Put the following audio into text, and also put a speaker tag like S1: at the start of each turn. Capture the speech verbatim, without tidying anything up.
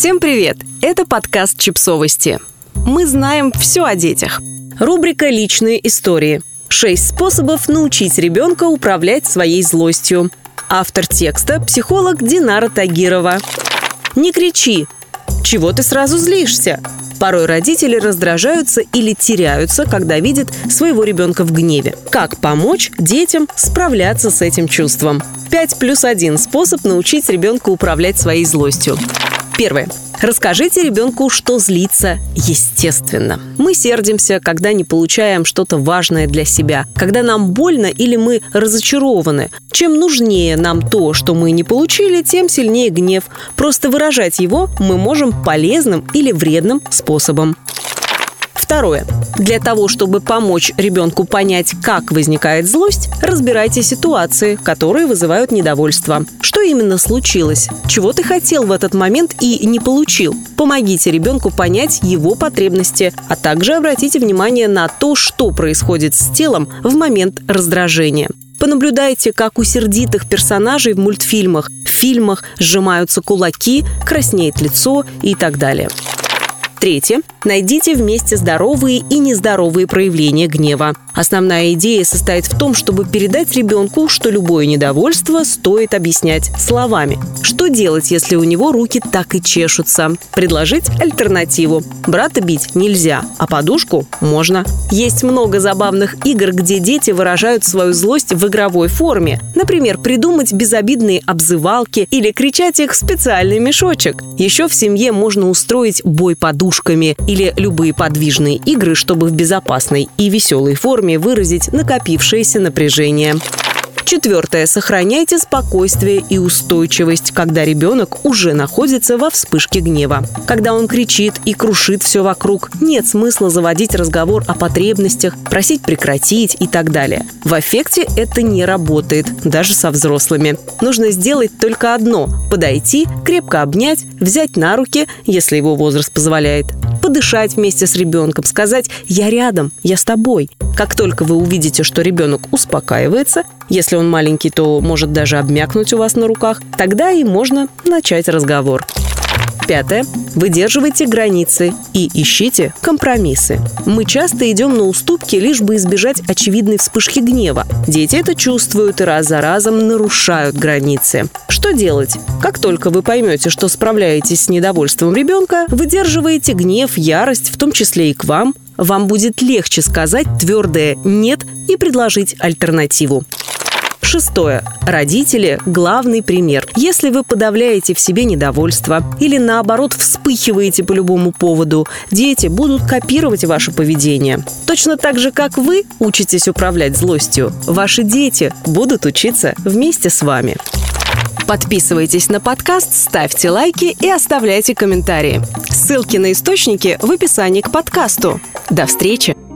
S1: Всем привет! Это подкаст «Чипсовости». Мы знаем все о детях. Рубрика «Личные истории». Шесть способов научить ребенка управлять своей злостью. Автор текста – психолог Динара Тагирова. Не кричи. Чего ты сразу злишься? Порой родители раздражаются или теряются, когда видят своего ребенка в гневе. Как помочь детям справляться с этим чувством? пять плюс один способ научить ребенка управлять своей злостью. Первое. Расскажите ребенку, что злиться естественно. Мы сердимся, когда не получаем что-то важное для себя, когда нам больно или мы разочарованы. Чем нужнее нам то, что мы не получили, тем сильнее гнев. Просто выражать его мы можем полезным или вредным способом. Второе. Для того, чтобы помочь ребенку понять, как возникает злость, разбирайте ситуации, которые вызывают недовольство. Что именно случилось? Чего ты хотел в этот момент и не получил? Помогите ребенку понять его потребности, а также обратите внимание на то, что происходит с телом в момент раздражения. Понаблюдайте, как у сердитых персонажей в мультфильмах, в фильмах сжимаются кулаки, краснеет лицо и так далее. Третье. Найдите вместе здоровые и нездоровые проявления гнева. Основная идея состоит в том, чтобы передать ребенку, что любое недовольство стоит объяснять словами. Что делать, если у него руки так и чешутся? Предложить альтернативу. Брата бить нельзя, а подушку можно. Есть много забавных игр, где дети выражают свою злость в игровой форме. Например, придумать безобидные обзывалки или кричать их в специальный мешочек. Еще в семье можно устроить бой подушками или любые подвижные игры, чтобы в безопасной и веселой форме выразить накопившееся напряжение. Четвертое. Сохраняйте спокойствие и устойчивость, когда ребенок уже находится во вспышке гнева. Когда он кричит и крушит все вокруг, нет смысла заводить разговор о потребностях, просить прекратить и так далее. В аффекте это не работает, даже со взрослыми. Нужно сделать только одно – подойти, крепко обнять, взять на руки, если его возраст позволяет, подышать вместе с ребенком, сказать «я рядом, я с тобой». Как только вы увидите, что ребенок успокаивается, если он маленький, то может даже обмякнуть у вас на руках, тогда и можно начать разговор. Пятое. Выдерживайте границы и ищите компромиссы. Мы часто идем на уступки, лишь бы избежать очевидной вспышки гнева. Дети это чувствуют и раз за разом нарушают границы. Что делать? Как только вы поймете, что справляетесь с недовольством ребенка, выдерживаете гнев, ярость, в том числе и к вам, вам будет легче сказать твердое «нет» и предложить альтернативу. Шестое. Родители – главный пример. Если вы подавляете в себе недовольство или, наоборот, вспыхиваете по любому поводу, дети будут копировать ваше поведение. Точно так же, как вы учитесь управлять злостью, ваши дети будут учиться вместе с вами. Подписывайтесь на подкаст, ставьте лайки и оставляйте комментарии. Ссылки на источники в описании к подкасту. До встречи!